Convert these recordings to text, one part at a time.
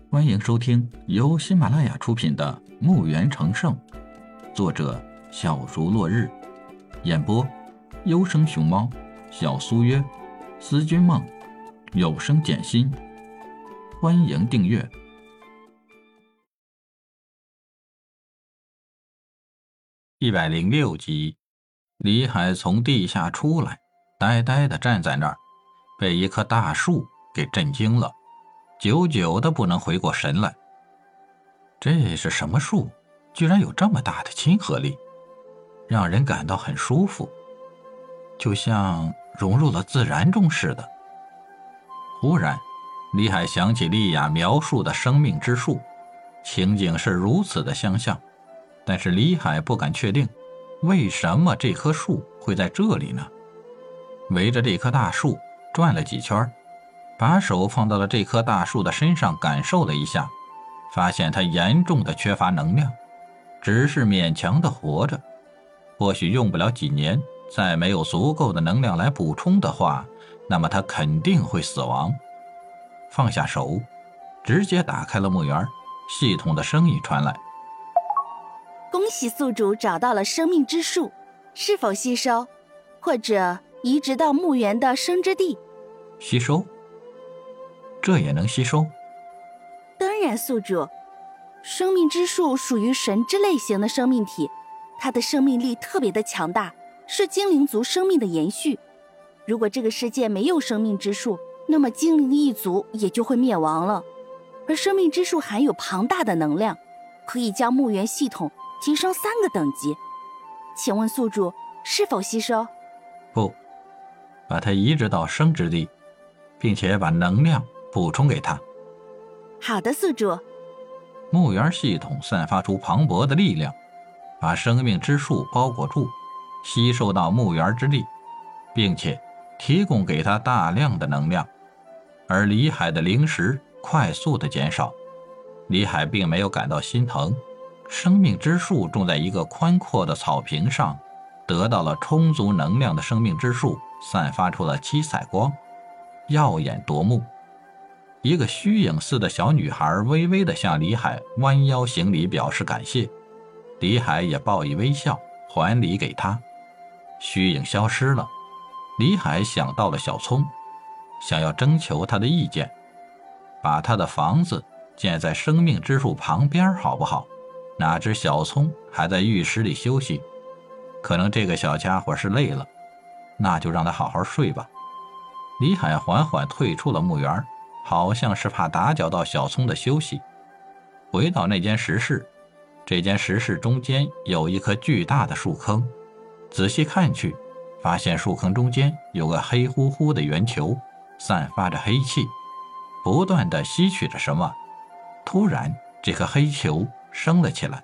欢迎收听由喜马拉雅出品的《墓园成圣》，作者小竹落日，演播优生熊猫、小苏约、思君梦、有声简心。欢迎订阅。106集，李海从地下出来，呆呆地站在那儿，被一棵大树给震惊了，久久的不能回过神来。这是什么树？居然有这么大的亲和力，让人感到很舒服，就像融入了自然中似的。忽然，李海想起莉亚描述的生命之树，情景是如此的相像，但是李海不敢确定，为什么这棵树会在这里呢？围着这棵大树转了几圈，把手放到了这棵大树的身上感受了一下，发现它严重的缺乏能量，只是勉强的活着。或许用不了几年，再没有足够的能量来补充的话，那么它肯定会死亡。放下手，直接打开了墓园，系统的声音传来： 恭喜宿主找到了生命之树，是否吸收，或者移植到墓园的生之地？ 吸收？这也能吸收？ 当然，宿主，生命之树属于神之类型的生命体，它的生命力特别的强大，是精灵族生命的延续。如果这个世界没有生命之树，那么精灵一族也就会灭亡了。而生命之树含有庞大的能量，可以将墓园系统提升3个等级。请问宿主是否吸收？ 不，把它移植到生之地，并且把能量补充给它。 好的，宿主。 墓园系统散发出磅礴的力量，把生命之树包裹住，吸收到墓园之力，并且提供给它大量的能量。而李海的灵石快速的减少，李海并没有感到心疼。生命之树种在一个宽阔的草坪上，得到了充足能量的生命之树散发出了七彩光，耀眼夺目。一个虚影似的小女孩微微地向李海弯腰行礼表示感谢，李海也报以微笑还礼给她。虚影消失了，李海想到了小聪，想要征求他的意见，把他的房子建在生命之树旁边好不好？哪知小聪还在浴室里休息，可能这个小家伙是累了，那就让他好好睡吧。李海缓缓退出了墓园，好像是怕打搅到小聪的休息。回到那间石室，这间石室中间有一颗巨大的树坑，仔细看去，发现树坑中间有个黑乎乎的圆球，散发着黑气，不断地吸取着什么。突然，这颗黑球升了起来，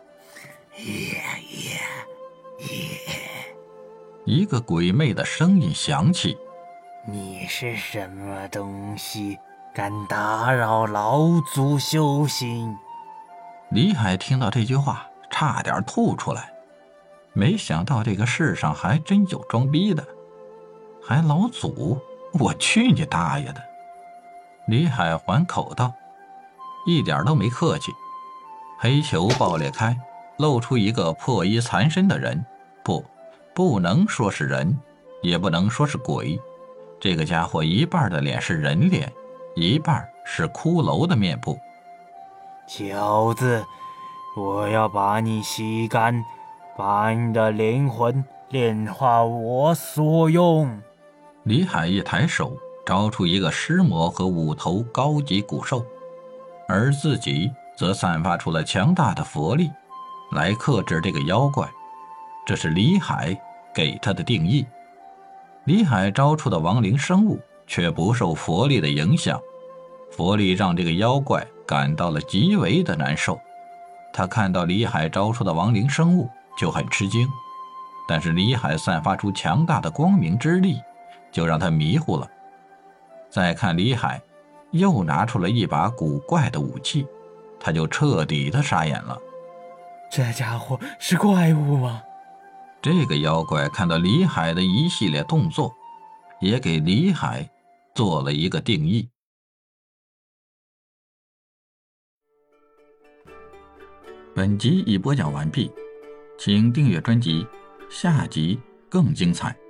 一个鬼魅的声音响起： 你是什么东西，敢打扰老祖修行？ 李海听到这句话差点吐出来，没想到这个世上还真有装逼的，还老祖，我去你大爷的！李海还口道，一点都没客气。黑球爆裂开，露出一个破衣残身的人，不能说是人，也不能说是鬼，这个家伙一半的脸是人脸，一半是骷髅的面部。 小子，我要把你吸干，把你的灵魂炼化我所用。 李海一抬手，招出一个尸魔和5头高级古兽，而自己则散发出了强大的佛力，来克制这个妖怪。这是李海给他的定义。李海招出的亡灵生物却不受佛力的影响，佛力让这个妖怪感到了极为的难受。他看到李海招出的亡灵生物就很吃惊，但是李海散发出强大的光明之力，就让他迷糊了。再看李海又拿出了一把古怪的武器，他就彻底的傻眼了。 这家伙是怪物吗？ 这个妖怪看到李海的一系列动作，也给李海做了一个定义。 本集已播讲完毕，请订阅专辑，下集更精彩。